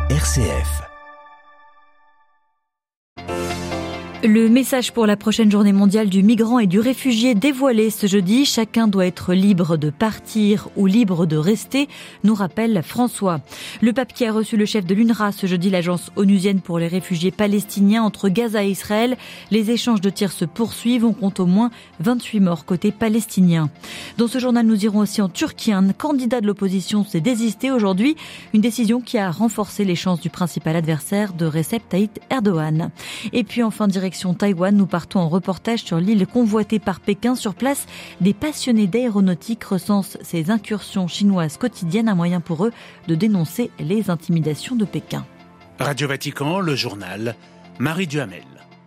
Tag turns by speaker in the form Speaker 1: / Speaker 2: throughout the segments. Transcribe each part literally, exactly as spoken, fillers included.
Speaker 1: R C F.
Speaker 2: Le message pour la prochaine journée mondiale du migrant et du réfugié dévoilé ce jeudi. Chacun doit être libre de partir ou libre de rester, nous rappelle François. Le pape qui a reçu le chef de l'U N R W A ce jeudi, l'agence onusienne pour les réfugiés palestiniens entre Gaza et Israël. Les échanges de tirs se poursuivent. On compte au moins vingt-huit morts côté palestinien. Dans ce journal, nous irons aussi en Turquie. Un candidat de l'opposition s'est désisté aujourd'hui. Une décision qui a renforcé les chances du principal adversaire de Recep Tayyip Erdogan. Et puis enfin, direction Taïwan, nous partons en reportage sur l'île convoitée par Pékin. Sur place, des passionnés d'aéronautique recensent ces incursions chinoises quotidiennes, un moyen pour eux de dénoncer les intimidations de Pékin.
Speaker 3: Radio Vatican, le journal, Marie Duhamel.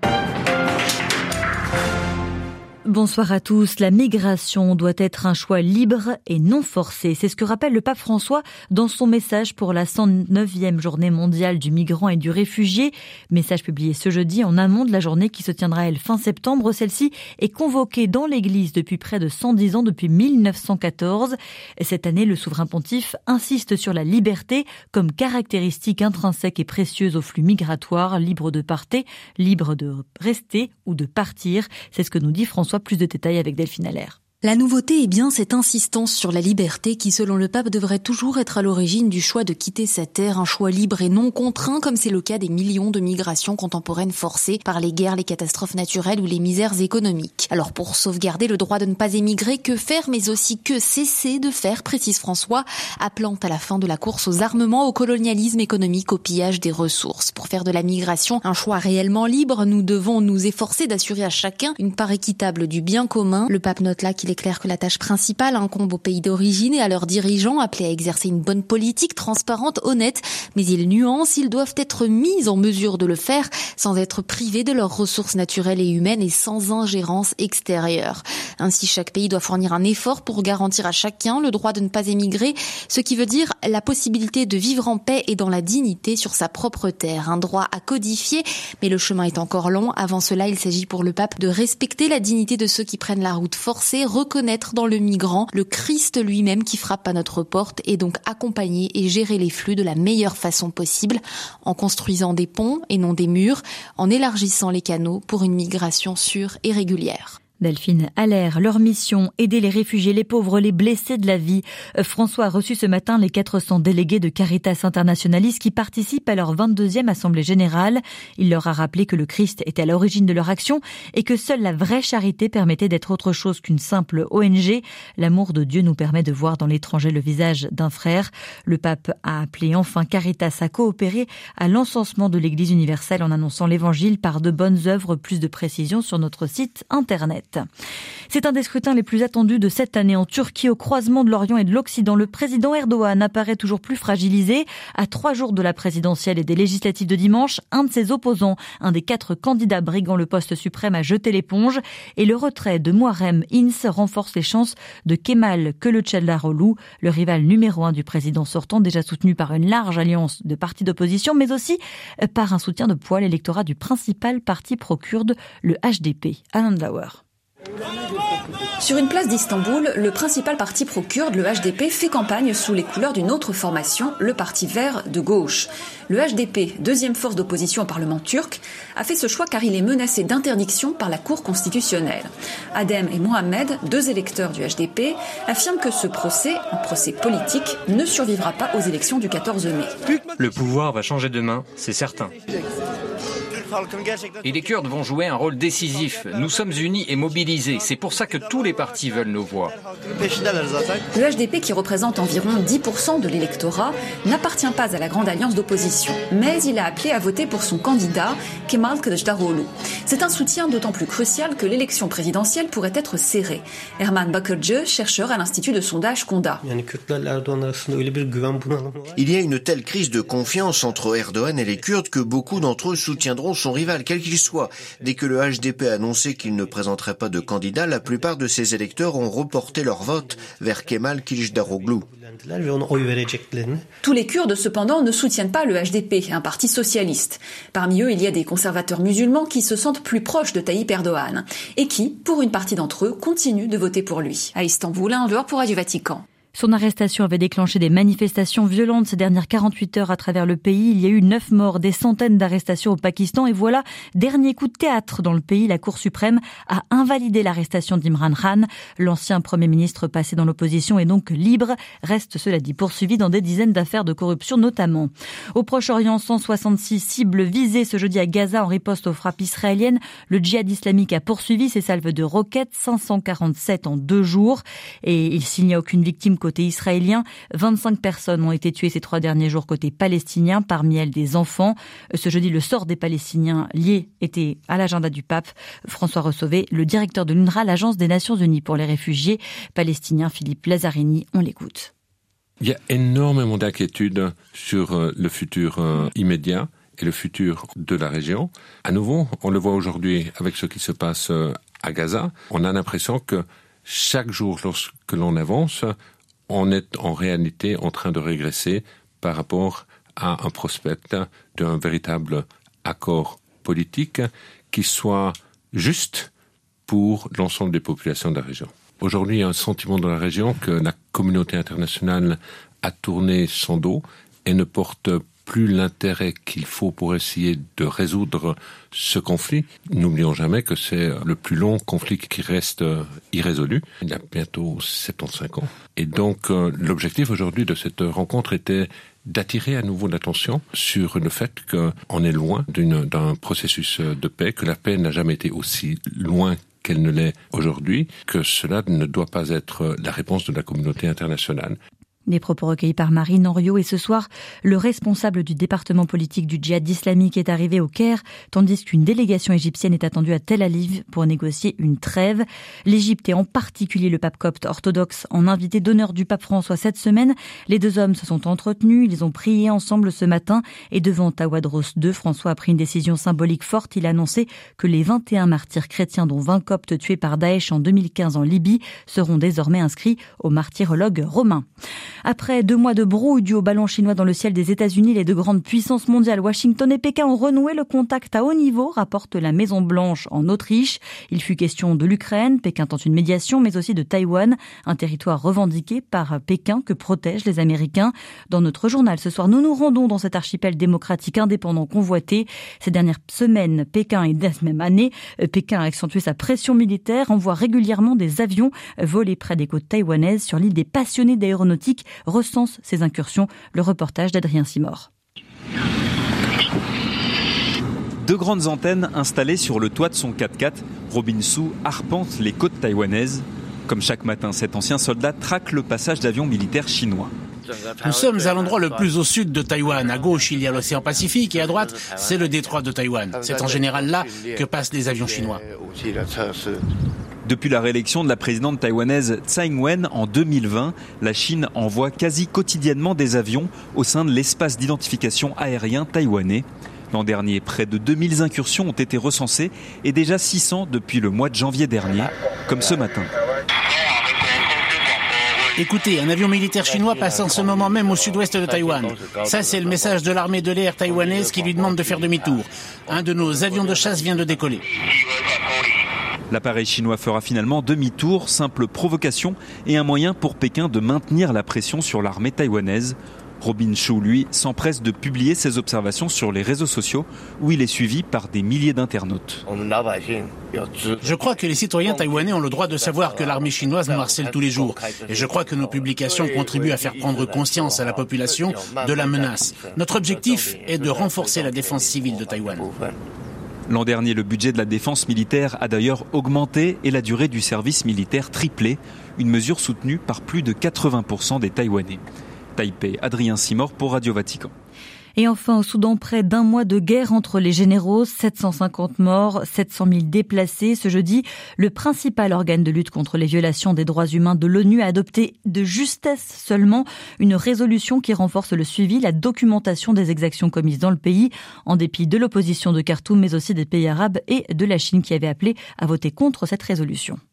Speaker 2: Bonsoir à tous. La migration doit être un choix libre et non forcé. C'est ce que rappelle le pape François dans son message pour la cent neuvième journée mondiale du migrant et du réfugié. Message publié ce jeudi en amont de la journée qui se tiendra, elle, fin septembre. Celle-ci est convoquée dans l'Église depuis près de cent dix ans, depuis mille neuf cent quatorze. Cette année, le souverain pontife insiste sur la liberté comme caractéristique intrinsèque et précieuse au flux migratoire, libre de partir, libre de rester ou de partir. C'est ce que nous dit François. Plus de détails avec Delphine Allaire.
Speaker 4: La nouveauté est bien cette insistance sur la liberté qui, selon le pape, devrait toujours être à l'origine du choix de quitter sa terre, un choix libre et non contraint, comme c'est le cas des millions de migrations contemporaines forcées par les guerres, les catastrophes naturelles ou les misères économiques. Alors pour sauvegarder le droit de ne pas émigrer, que faire, mais aussi que cesser de faire, précise François, appelant à la fin de la course aux armements, au colonialisme économique, au pillage des ressources. Pour faire de la migration un choix réellement libre, nous devons nous efforcer d'assurer à chacun une part équitable du bien commun. Le pape note là qu'il Il est clair que la tâche principale incombe aux pays d'origine et à leurs dirigeants appelés à exercer une bonne politique transparente, honnête, mais il nuance, ils doivent être mis en mesure de le faire sans être privés de leurs ressources naturelles et humaines et sans ingérence extérieure. Ainsi, chaque pays doit fournir un effort pour garantir à chacun le droit de ne pas émigrer, ce qui veut dire la possibilité de vivre en paix et dans la dignité sur sa propre terre. Un droit à codifier, mais le chemin est encore long. Avant cela, il s'agit pour le pape de respecter la dignité de ceux qui prennent la route forcée, reconnaître dans le migrant le Christ lui-même qui frappe à notre porte et donc accompagner et gérer les flux de la meilleure façon possible en construisant des ponts et non des murs, en élargissant les canaux pour une migration sûre et régulière.
Speaker 2: Delphine Allaire, leur mission, aider les réfugiés, les pauvres, les blessés de la vie. François a reçu ce matin les quatre cents délégués de Caritas Internationalis qui participent à leur vingt-deuxième Assemblée Générale. Il leur a rappelé que le Christ était à l'origine de leur action et que seule la vraie charité permettait d'être autre chose qu'une simple O N G. L'amour de Dieu nous permet de voir dans l'étranger le visage d'un frère. Le pape a appelé enfin Caritas à coopérer à l'encensement de l'Église universelle en annonçant l'Évangile par de bonnes œuvres. Plus de précisions sur notre site internet. C'est un des scrutins les plus attendus de cette année en Turquie, au croisement de l'Orient et de l'Occident. Le président Erdogan apparaît toujours plus fragilisé. À trois jours de la présidentielle et des législatives de dimanche, un de ses opposants, un des quatre candidats briguant le poste suprême, a jeté l'éponge. Et le retrait de Muharrem Ince renforce les chances de Kemal Kılıçdaroğlu, le rival numéro un du président sortant, déjà soutenu par une large alliance de partis d'opposition, mais aussi par un soutien de poids, l'électorat du principal parti pro-kurde, le H D P. Alain Dauer.
Speaker 5: Sur une place d'Istanbul, le principal parti pro-kurde, le H D P, fait campagne sous les couleurs d'une autre formation, le Parti vert de gauche. Le H D P, deuxième force d'opposition au Parlement turc, a fait ce choix car il est menacé d'interdiction par la Cour constitutionnelle. Adem et Mohamed, deux électeurs du H D P, affirment que ce procès, un procès politique, ne survivra pas aux élections du quatorze mai.
Speaker 6: Le pouvoir va changer de main, c'est certain. Et les Kurdes vont jouer un rôle décisif. Nous sommes unis et mobilisés. C'est pour ça que tous les partis veulent nos voix.
Speaker 5: Le H D P, qui représente environ dix pour cent de l'électorat, n'appartient pas à la grande alliance d'opposition. Mais il a appelé à voter pour son candidat, Kemal Kılıçdaroğlu. C'est un soutien d'autant plus crucial que l'élection présidentielle pourrait être serrée. Erman Bakırcı, chercheur à l'Institut de sondage Konda.
Speaker 7: Il y a une telle crise de confiance entre Erdogan et les Kurdes que beaucoup d'entre eux soutiendront son rival, quel qu'il soit. Dès que le H D P a annoncé qu'il ne présenterait pas de candidat, la plupart de ses électeurs ont reporté leur vote vers Kemal Kılıçdaroğlu.
Speaker 5: Tous les Kurdes, cependant, ne soutiennent pas le H D P, un parti socialiste. Parmi eux, il y a des conservateurs musulmans qui se sentent plus proches de Tayyip Erdogan et qui, pour une partie d'entre eux, continuent de voter pour lui. À Istanbul, un joueur pour Radio Vatican.
Speaker 2: Son arrestation avait déclenché des manifestations violentes ces dernières quarante-huit heures à travers le pays. Il y a eu neuf morts, des centaines d'arrestations au Pakistan. Et voilà, dernier coup de théâtre dans le pays. La Cour suprême a invalidé l'arrestation d'Imran Khan. L'ancien Premier ministre passé dans l'opposition est donc libre. Reste, cela dit, poursuivi dans des dizaines d'affaires de corruption notamment. Au Proche-Orient, cent soixante-six cibles visées ce jeudi à Gaza en riposte aux frappes israéliennes. Le djihad islamique a poursuivi ses salves de roquettes, cinq cent quarante-sept en deux jours. Et s'il n'y a aucune victime côté israélien, vingt-cinq personnes ont été tuées ces trois derniers jours côté palestinien, parmi elles des enfants. Ce jeudi, le sort des Palestiniens liés était à l'agenda du pape. François Rossovet, le directeur de l'UNRWA, l'Agence des Nations Unies pour les réfugiés palestiniens, Philippe Lazzarini, on l'écoute.
Speaker 1: Il y a énormément d'inquiétudes sur le futur immédiat et le futur de la région. À nouveau, on le voit aujourd'hui avec ce qui se passe à Gaza. On a l'impression que chaque jour, lorsque l'on avance, on est en réalité en train de régresser par rapport à un prospect d'un véritable accord politique qui soit juste pour l'ensemble des populations de la région. Aujourd'hui, il y a un sentiment dans la région que la communauté internationale a tourné son dos et ne porte plus l'intérêt qu'il faut pour essayer de résoudre ce conflit. N'oublions jamais que c'est le plus long conflit qui reste irrésolu. Il y a bientôt soixante-quinze ans. Et donc, euh, l'objectif aujourd'hui de cette rencontre était d'attirer à nouveau l'attention sur le fait qu'on est loin d'une, d'un processus de paix, que la paix n'a jamais été aussi loin qu'elle ne l'est aujourd'hui, que cela ne doit pas être la réponse de la communauté internationale.
Speaker 2: Des propos recueillis par Marine Henriot. Et ce soir, le responsable du département politique du djihad islamique est arrivé au Caire, tandis qu'une délégation égyptienne est attendue à Tel Aviv pour négocier une trêve. L'Égypte et en particulier le pape copte orthodoxe en invité d'honneur du pape François cette semaine. Les deux hommes se sont entretenus, ils ont prié ensemble ce matin et devant Tawadros deux, François a pris une décision symbolique forte. Il a annoncé que les vingt et un martyrs chrétiens, dont vingt coptes tués par Daesh en deux mille quinze en Libye, seront désormais inscrits au martyrologe romain. Après deux mois de brouille dû au ballon chinois dans le ciel des États-Unis, les deux grandes puissances mondiales, Washington et Pékin, ont renoué le contact à haut niveau, rapporte la Maison-Blanche en Autriche. Il fut question de l'Ukraine, Pékin tente une médiation, mais aussi de Taïwan, un territoire revendiqué par Pékin que protègent les Américains. Dans notre journal ce soir, nous nous rendons dans cet archipel démocratique indépendant convoité. Ces dernières semaines, Pékin et dès même année, Pékin a accentué sa pression militaire, envoie régulièrement des avions volés près des côtes taïwanaises. Sur l'île des passionnés d'aéronautique recense ces incursions. Le reportage d'Adrien Simor.
Speaker 8: Deux grandes antennes installées sur le toit de son quatre-quatre, Robin Su arpente les côtes taïwanaises. Comme chaque matin, cet ancien soldat traque le passage d'avions militaires chinois.
Speaker 3: Nous sommes à l'endroit le plus au sud de Taïwan. À gauche, il y a l'océan Pacifique et à droite, c'est le détroit de Taïwan. C'est en général là que passent les avions chinois.
Speaker 8: Depuis la réélection de la présidente taïwanaise Tsai Ing-wen en deux mille vingt, la Chine envoie quasi quotidiennement des avions au sein de l'espace d'identification aérien taïwanais. L'an dernier, près de deux mille incursions ont été recensées et déjà six cents depuis le mois de janvier dernier, comme ce matin.
Speaker 3: Écoutez, un avion militaire chinois passe en ce moment même au sud-ouest de Taïwan. Ça, c'est le message de l'armée de l'air taïwanaise qui lui demande de faire demi-tour. Un de nos avions de chasse vient de décoller.
Speaker 8: L'appareil chinois fera finalement demi-tour, simple provocation et un moyen pour Pékin de maintenir la pression sur l'armée taïwanaise. Robin Su, lui, s'empresse de publier ses observations sur les réseaux sociaux où il est suivi par des milliers d'internautes.
Speaker 3: Je crois que les citoyens taïwanais ont le droit de savoir que l'armée chinoise nous harcèle tous les jours. Et je crois que nos publications contribuent à faire prendre conscience à la population de la menace. Notre objectif est de renforcer la défense civile de Taïwan.
Speaker 8: L'an dernier, le budget de la défense militaire a d'ailleurs augmenté et la durée du service militaire triplé, une mesure soutenue par plus de quatre-vingts pour cent des Taïwanais. Taipei, Adrien Simor pour Radio Vatican.
Speaker 2: Et enfin, au Soudan, près d'un mois de guerre entre les généraux, sept cent cinquante morts, sept cent mille déplacés. Ce jeudi, le principal organe de lutte contre les violations des droits humains de l'ONU a adopté de justesse seulement une résolution qui renforce le suivi, la documentation des exactions commises dans le pays, en dépit de l'opposition de Khartoum, mais aussi des pays arabes et de la Chine qui avaient appelé à voter contre cette résolution.